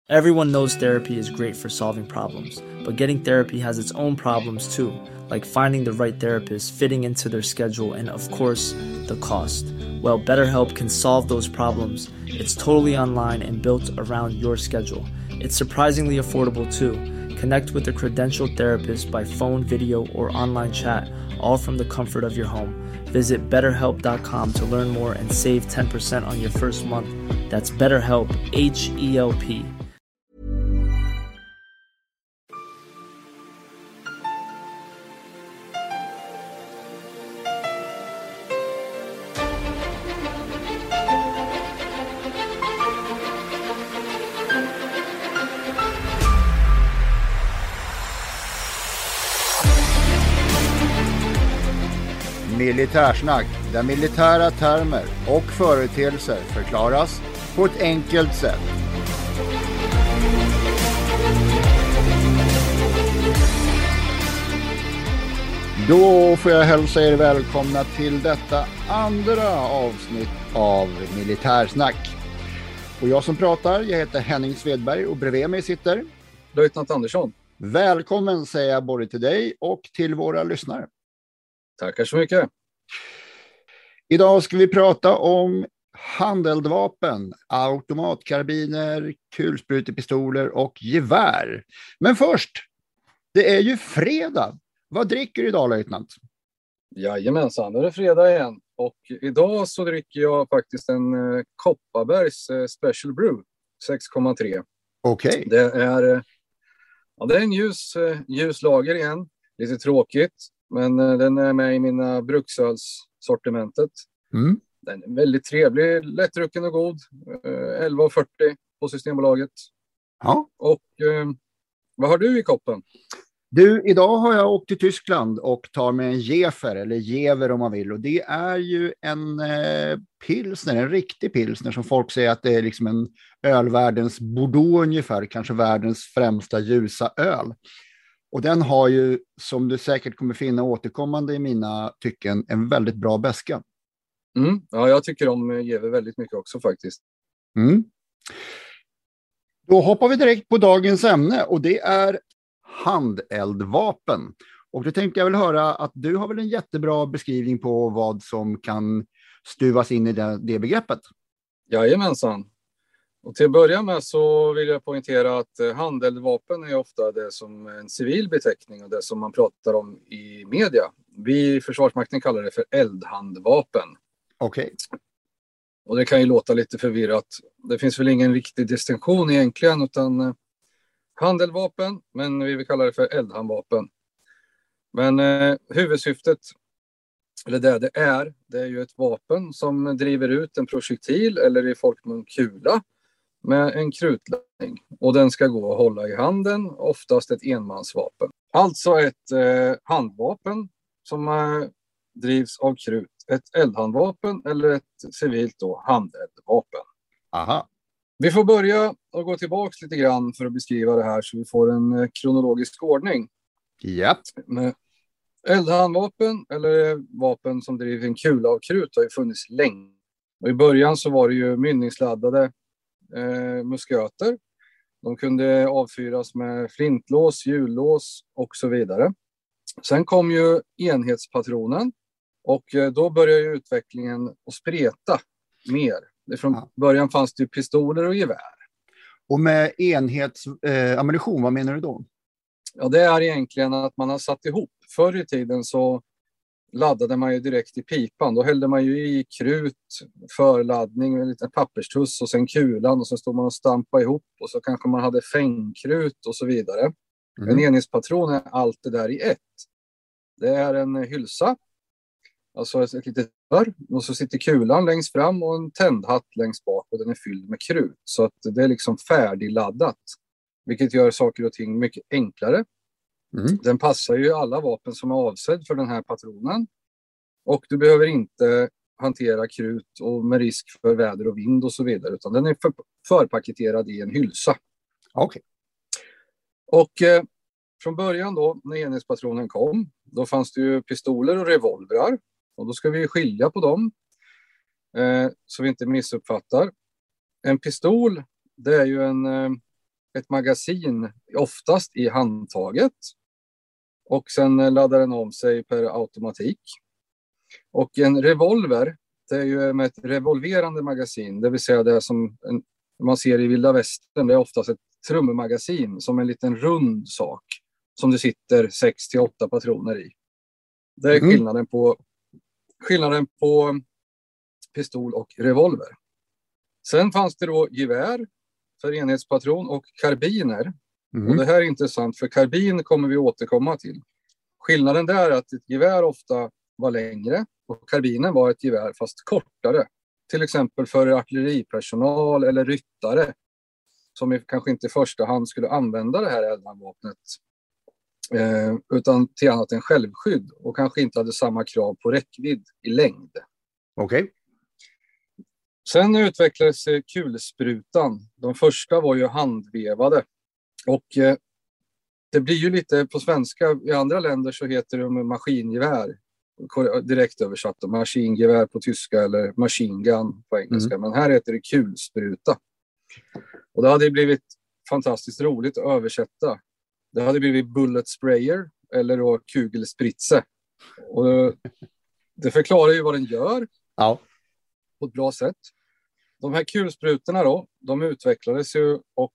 Everyone knows therapy is great for solving problems, but getting therapy has its own problems too, like finding the right therapist, fitting into their schedule, and of course, the cost. Well, BetterHelp can solve those problems. It's totally online and built around your schedule. It's surprisingly affordable too. Connect with a credentialed therapist by phone, video, or online chat, all from the comfort of your home. Visit BetterHelp.com to learn more and save 10% on your first month. That's BetterHelp, H-E-L-P. Militärsnack, där militära termer och företeelser förklaras på ett enkelt sätt. Då får jag hälsa er välkomna till detta andra avsnitt av Militärsnack. Och jag som pratar, jag heter Henning Svedberg och bredvid mig sitter Löjtnant Andersson. Välkommen säger jag både till dig och till våra lyssnare. Tackar så mycket. Idag ska vi prata om handeldvapen, automatkarbiner, kulsprutepistoler och gevär. Men först, det är ju fredag. Vad dricker du idag, löjtnant? Jajamensan, nu är det fredag igen. Och idag så dricker jag faktiskt en Kopparbergs Special Brew 6,3. Okej. Det är en ljus lager igen. Lite tråkigt. Men den är med i mina bruksölssortimentet. Mm. Den är väldigt trevlig, lättdrucken och god. 11,40 på Systembolaget. Ja. Och vad har du i koppen? Du, idag har jag åkt till Tyskland och tar med en Jefer, eller Jever om man vill. Och det är ju en pilsner, en riktig pilsner som folk säger att det är liksom en ölvärldens Bordeaux ungefär. Kanske världens främsta ljusa öl. Och den har ju, som du säkert kommer finna återkommande i mina tycken, en väldigt bra beska. Mm. Ja, jag tycker om Jever väldigt mycket också faktiskt. Mm. Då hoppar vi direkt på dagens ämne och det är handeldvapen. Och då tänkte jag väl höra att du har väl en jättebra beskrivning på vad som kan stuvas in i det begreppet. Jajamensan. Och till att börja med så vill jag poängtera att handeldvapen är ofta det som en civil beteckning och det som man pratar om i media. Vi i Försvarsmakten kallar det för eldhandvapen. Okej. Och det kan ju låta lite förvirrat. Det finns väl ingen riktig distinktion egentligen utan handeldvapen, men vi vill kalla det för eldhandvapen. Men huvudsyftet, eller det är ju ett vapen som driver ut en projektil eller i folkmun kula med en krutladdning. Och den ska gå att hålla i handen, oftast ett enmansvapen. Alltså ett handvapen som drivs av krut. Ett eldhandvapen eller ett civilt då handeldvapen. Aha. Vi får börja och gå tillbaka lite grann för att beskriva det här så vi får en kronologisk ordning. Ja. Med eldhandvapen eller vapen som driver en kula av krut har ju funnits länge. Och i början så var det ju mynningsladdade musköter. De kunde avfyras med flintlås, hjullås och så vidare. Sen kom ju enhetspatronen och då började ju utvecklingen att spreta mer. Från början fanns det ju pistoler och gevär. Och med enhetsammunition, vad menar du då? Ja, det är egentligen att man har satt ihop. Förr i tiden så laddade man ju direkt i pipan. Då hällde man ju i krut, förladdning, en liten papperstuss och sen kulan och så stod man och stampade ihop och så kanske man hade fängkrut och så vidare. Mm. En enhetspatron är allt det där i ett. Det är en hylsa, alltså ett litet dörr och så sitter kulan längst fram och en tändhatt längst bak och den är fylld med krut. Så att det är liksom färdigladdat, vilket gör saker och ting mycket enklare. Mm. Den passar ju alla vapen som är avsedd för den här patronen. Och du behöver inte hantera krut och med risk för väder och vind och så vidare. Utan den är förpaketerad i en hylsa. Okej. Och från början då, när enhetspatronen kom, då fanns det ju pistoler och revolvrar. Och då ska vi skilja på dem. Så vi inte missuppfattar. En pistol, det är ju en ett magasin oftast i handtaget. Och sen laddar den om sig per automatik. Och en revolver, det är ju med ett revolverande magasin. Det vill säga det som man ser i Vilda Västern. Det är oftast ett trummagasin som en liten rund sak. Som det sitter 6-8 patroner i. Det är skillnaden på pistol och revolver. Sen fanns det då gevär för enhetspatron och karbiner. Och det här är intressant, för karbin kommer vi återkomma till. Skillnaden där är att ett gevär ofta var längre och karbinen var ett gevär fast kortare. Till exempel för artilleripersonal eller ryttare som kanske inte i första hand skulle använda det här eldhandvapnet utan till annat än självskydd och kanske inte hade samma krav på räckvidd i längd. Okej. Sen utvecklades kulsprutan. De första var ju handvevade. Och det blir ju lite på svenska. I andra länder så heter det maskingevär. Direkt översatt. Maskingevär på tyska eller machine gun på engelska. Men här heter det kulspruta. Och det hade blivit fantastiskt roligt att översätta. Det hade blivit bullet sprayer eller då kugelspritze. Och det förklarar ju vad den gör. Ja. På ett bra sätt. De här kulsprutorna då, de utvecklades ju och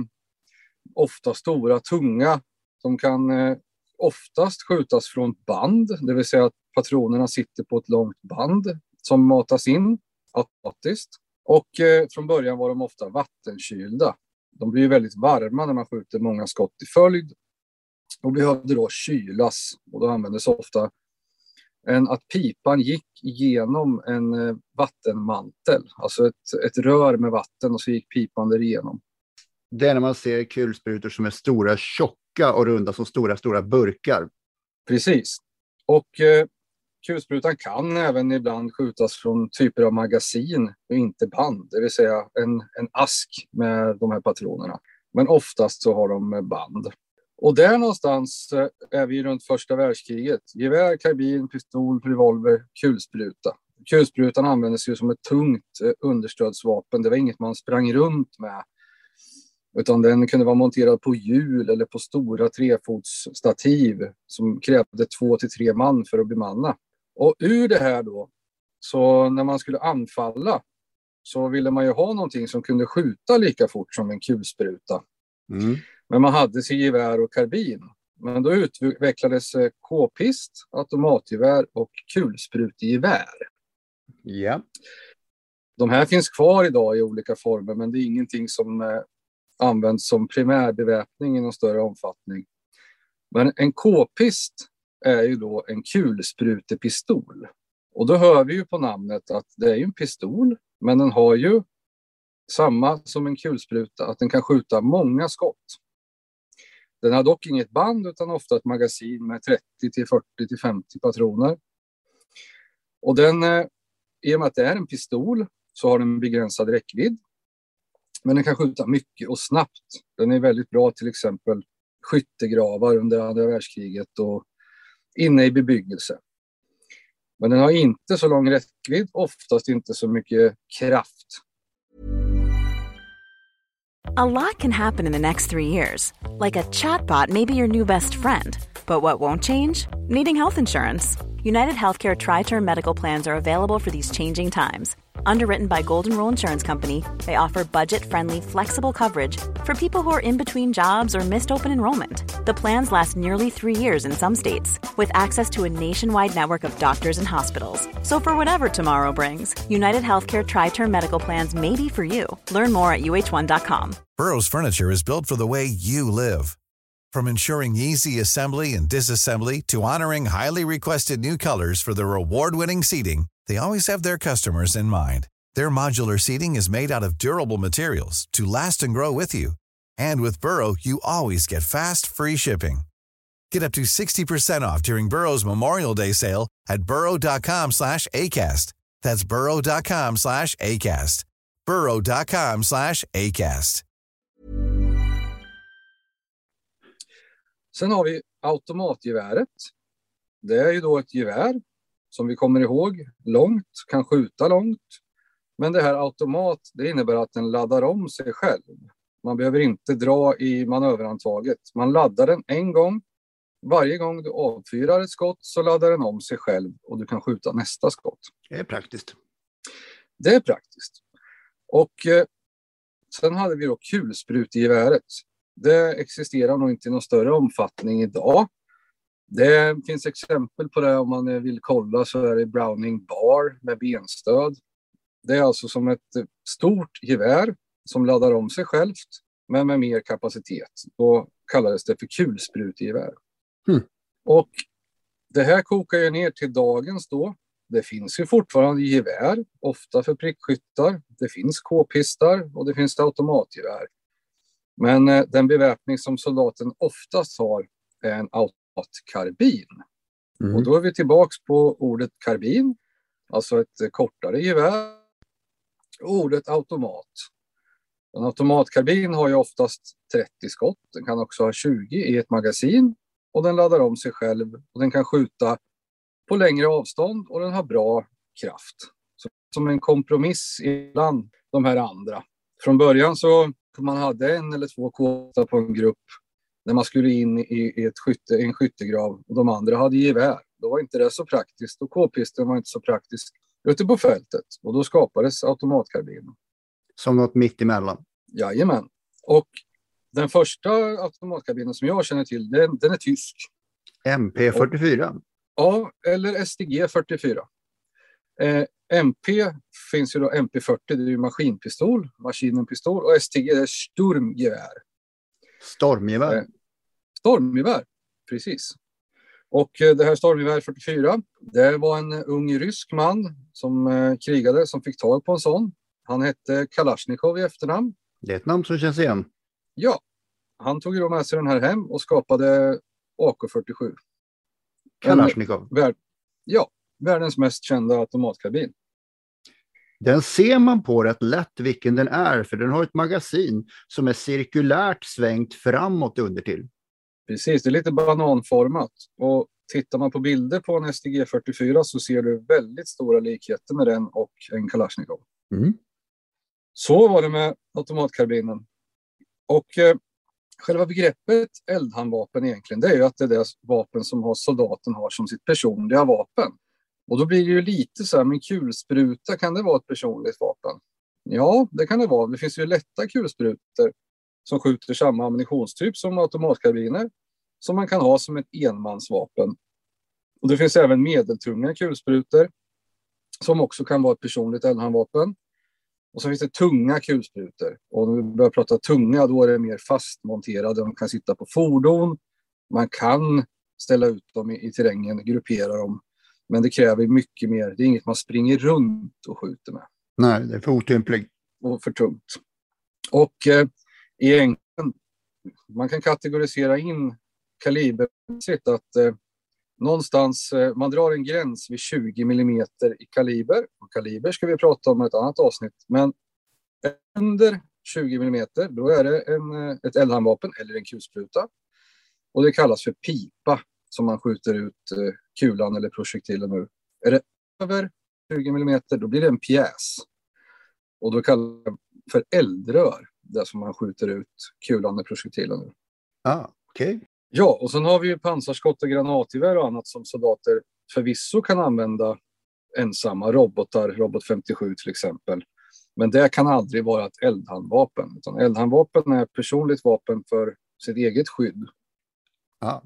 ofta stora, tunga. De kan oftast skjutas från band, det vill säga att patronerna sitter på ett långt band som matas in automatiskt. Och från början var de ofta vattenkylda. De blir ju väldigt varma när man skjuter många skott i följd och behövde då kylas. Och då användes ofta att pipan gick igenom en vattenmantel. Alltså ett rör med vatten och så gick pipan där igenom. Det är när man ser kulsprutor som är stora, tjocka och runda som stora burkar. Precis. Och kulsprutan kan även ibland skjutas från typer av magasin och inte band. Det vill säga en ask med de här patronerna. Men oftast så har de band. Och där någonstans är vi runt första världskriget. Gevär, karbin, pistol, revolver, kulspruta. Kulsprutan användes ju som ett tungt understödsvapen. Det var inget man sprang runt med. Utan den kunde vara monterad på hjul eller på stora trefotsstativ som krävde 2-3 man för att bemanna. Och ur det här då, så när man skulle anfalla så ville man ju ha någonting som kunde skjuta lika fort som en kulspruta. Men man hade sig gevär och karbin. Men då utvecklades k-pist, automatgevär och kulsprutgevär. Ja. De här finns kvar idag i olika former, men det är ingenting som används som primärbeväpning i någon större omfattning. Men en k-pist är ju då en kulsprutepistol. Och då hör vi ju på namnet att det är ju en pistol, men den har ju samma som en kulspruta, att den kan skjuta många skott. Den har dock inget band utan ofta ett magasin med 30-40-50 patroner. Och den, i och med att det är en pistol så har den begränsad räckvidd. Men den kan skjuta mycket och snabbt. Den är väldigt bra till exempel skyttegravar under andra världskriget och inne i bebyggelse. Men den har inte så lång räckvidd, oftast inte så mycket kraft. A lot can happen in the next 3 years. Like a chatbot may be your new best friend. But what won't change? Needing health insurance. United Healthcare Tri-Term Medical Plans are available for these changing times. Underwritten by Golden Rule Insurance Company, they offer budget-friendly, flexible coverage for people who are in between jobs or missed open enrollment. The plans last nearly 3 years in some states, with access to a nationwide network of doctors and hospitals. So for whatever tomorrow brings, United Healthcare Tri-Term Medical Plans may be for you. Learn more at uh1.com. Burrow's furniture is built for the way you live. From ensuring easy assembly and disassembly to honoring highly requested new colors for their award-winning seating, they always have their customers in mind. Their modular seating is made out of durable materials to last and grow with you. And with Burrow, you always get fast, free shipping. Get up to 60% off during Burrow's Memorial Day sale at burrow.com/ACAST. That's burrow.com/ACAST. burrow.com/ACAST. Sen har vi automatgeväret. Det är ju då ett gevär som vi kommer ihåg långt, kan skjuta långt. Men det här automat, det innebär att den laddar om sig själv. Man behöver inte dra i manöverhandtaget. Man laddar den en gång. Varje gång du avfyrar ett skott så laddar den om sig själv och du kan skjuta nästa skott. Det är praktiskt. Det är praktiskt. Och sen hade vi då kulsprutegeväret. Det existerar nog inte i någon större omfattning idag. Det finns exempel på det om man vill kolla, så är det Browning Bar med benstöd. Det är alltså som ett stort gevär som laddar om sig självt men med mer kapacitet. Då kallades det för kulsprutegevär. Och det här kokar ju ner till dagens då. Det finns ju fortfarande gevär, ofta för prickskyttar. Det finns k-pistar och det finns automatgevär. Men den beväpning som soldaten oftast har är en automatkarbin. Och då är vi tillbaks på ordet karbin, alltså ett kortare gevär, och ordet automat. En automatkarbin har ju oftast 30 skott. Den kan också ha 20 i ett magasin och den laddar om sig själv och den kan skjuta på längre avstånd och den har bra kraft. Så som en kompromiss bland de här andra. Från början så man hade en eller två kåtar på en grupp när man skulle in i en skyttegrav och de andra hade gevär. Då var inte det så praktiskt och k-pisten var inte så praktisk ute på fältet och då skapades automatkarbinen. Som något mitt emellan. Jajamän. Och den första automatkarbinen som jag känner till, den är tysk. MP44. Ja, eller STG 44. MP finns ju då MP40, det är ju maskinpistol och STG är stormgevär. Stormgevär, precis. Och det här stormgevär 44, det var en ung rysk man som krigade som fick tag på en sån. Han hette Kalashnikov i efternamn. Det är ett namn som känns igen. Ja, han tog ju då med sig den här hem och skapade AK47. Kalashnikov. Världens mest kända automatkarbin. Den ser man på rätt lätt vilken den är, för den har ett magasin som är cirkulärt svängt framåt under till. Precis, det är lite bananformat. Och tittar man på bilder på en STG 44 så ser du väldigt stora likheter med den och en Kalashnikov. Så var det med automatkarbinen. Och själva begreppet eldhandvapen egentligen, det är ju att det är det vapen som soldaten har som sitt personliga vapen. Och då blir det ju lite så här, men kulspruta, kan det vara ett personligt vapen? Ja, det kan det vara. Det finns ju lätta kulsprutor som skjuter samma ammunitionstyp som automatkarbiner som man kan ha som ett enmansvapen. Och det finns även medeltunga kulsprutor som också kan vara ett personligt eldhandvapen. Och så finns det tunga kulsprutor. Och när vi börjar prata tunga, då är det mer fastmonterade. De kan sitta på fordon. Man kan ställa ut dem i terrängen, gruppera dem. Men det kräver mycket mer. Det är inget man springer runt och skjuter med. Nej, det är för otympligt. Och för tungt. Och egentligen, man kan kategorisera in kalibermässigt att någonstans, man drar en gräns vid 20 mm i kaliber. Och kaliber ska vi prata om i ett annat avsnitt. Men under 20 mm, då är det ett eldhandvapen eller en kulspruta. Och det kallas för pipa som man skjuter ut kulan eller projektilen ur. Är det över 20 mm, då blir det en pjäs. Och då kallas det för eldrör, det som man skjuter ut kulan eller projektilen ur. Okej. Ja, och sen har vi ju pansarskott och granatgevär och annat som soldater förvisso kan använda ensamma. Robotar, Robot 57 till exempel. Men det kan aldrig vara ett eldhandvapen. Utan eldhandvapen är ett personligt vapen för sitt eget skydd. Ja.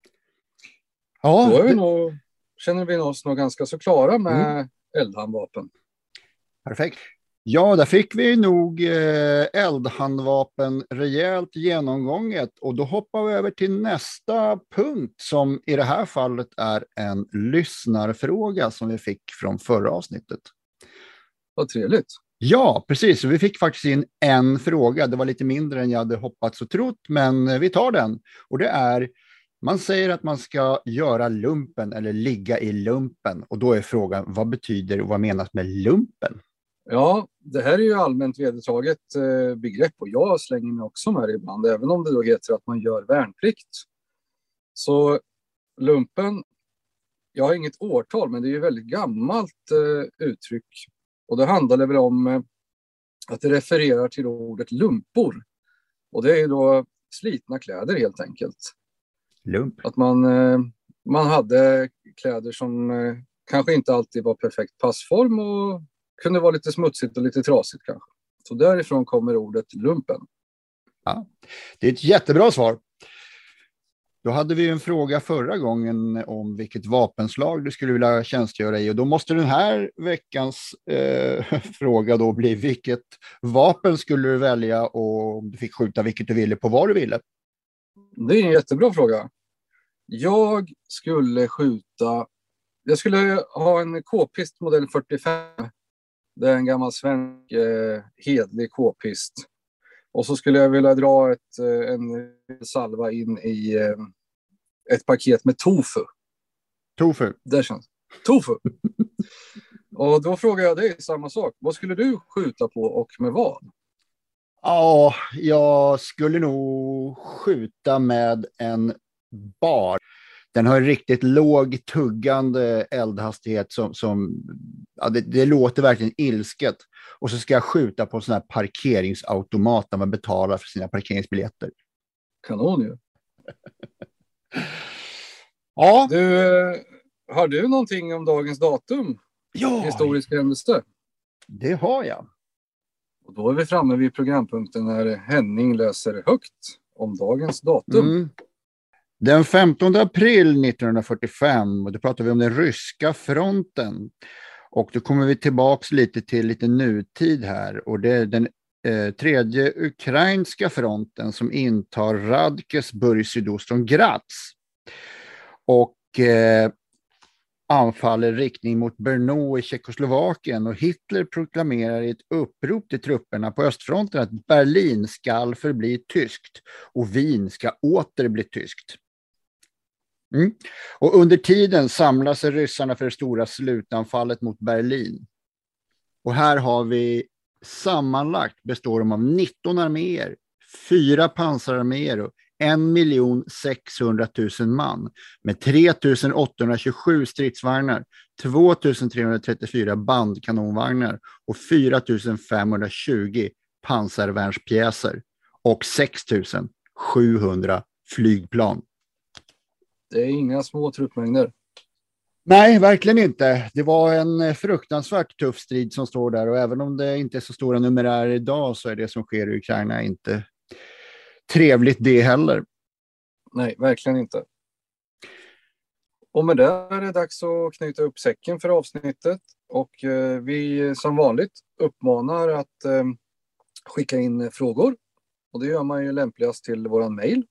Då är känner vi oss nog ganska så klara med eldhandvapen. Perfekt. Ja, där fick vi nog eldhandvapen rejält genomgånget och då hoppar vi över till nästa punkt som i det här fallet är en lyssnarfråga som vi fick från förra avsnittet. Vad trevligt. Ja, precis. Vi fick faktiskt in en fråga. Det var lite mindre än jag hade hoppats och trott, men vi tar den. Och det är, man säger att man ska göra lumpen eller ligga i lumpen. Och då är frågan, vad betyder och vad menas med lumpen? Ja, det här är ju allmänt vedertaget begrepp och jag slänger mig också med det ibland, även om det då heter att man gör värnplikt. Så lumpen, jag har inget årtal, men det är ju väldigt gammalt uttryck. Och det handlar väl om att det refererar till ordet lumpor Och det är då slitna kläder helt enkelt. Lump. Att man hade kläder som kanske inte alltid var perfekt passform och kunde vara lite smutsigt och lite trasigt kanske. Så därifrån kommer ordet lumpen. Ja, det är ett jättebra svar. Då hade vi en fråga förra gången om vilket vapenslag du skulle vilja tjänstgöra i. Och då måste den här veckans fråga då bli vilket vapen skulle du välja och om du fick skjuta vilket du ville på vad du ville? Det är en jättebra fråga. Jag skulle ha en k-pist modell 45. Det är en gammal svensk hedlig k-pist. Och så skulle jag vilja dra en salva in i ett paket med tofu. Tofu? Det känns. Tofu! Och då frågar jag dig samma sak. Vad skulle du skjuta på och med vad? Ja, jag skulle nog skjuta med en bar. Den har en riktigt låg tuggande eldhastighet som det låter verkligen ilsket. Och så ska jag skjuta på en sån här parkeringsautomat där man betalar för sina parkeringsbiljetter. Kanon ju. Ja. Har du någonting om dagens datum? Ja. Historisk händelse? Det har jag. Och då är vi framme vid programpunkten när Henning läser högt om dagens datum. Den 15 april 1945, och då pratar vi om den ryska fronten. Och då kommer vi tillbaks till lite nutid här. Och det är den tredje ukrainska fronten som intar Radkesburg sydost om Graz. Och anfaller riktning mot Brno i Tjeckoslovakien. Och Hitler proklamerar i ett upprop till trupperna på östfronten att Berlin ska förbli tyskt och Wien ska åter bli tyskt. Och under tiden samlar sig ryssarna för det stora slutanfallet mot Berlin. Och här har vi sammanlagt består de av 19 arméer, 4 pansararméer och 1 600 000 man med 3 827 stridsvagnar, 2 334 bandkanonvagnar och 4 520 pansarvärnspjäser och 6 700 flygplan. Det är inga små truppmängder. Nej, verkligen inte. Det var en fruktansvärt tuff strid som står där och även om det inte är så stora numerärer idag så är det som sker i Ukraina inte trevligt det heller. Nej, verkligen inte. Och med det är det dags att knyta upp säcken för avsnittet och vi som vanligt uppmanar att skicka in frågor och det gör man ju lämpligast till våran mejl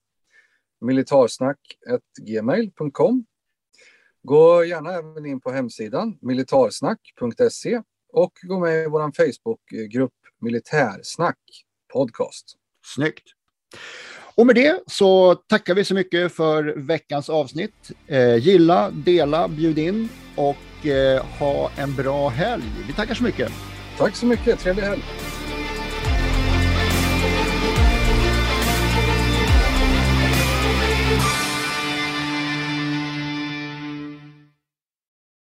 militarsnack@gmail.com. Gå gärna även in på hemsidan militarsnack.se och gå med i vår Facebookgrupp Militärsnack podcast. Snyggt. Och med det så tackar vi så mycket för veckans avsnitt. Gilla, dela, bjud in och ha en bra helg. Vi tackar så mycket. Tack så mycket, trevlig helg.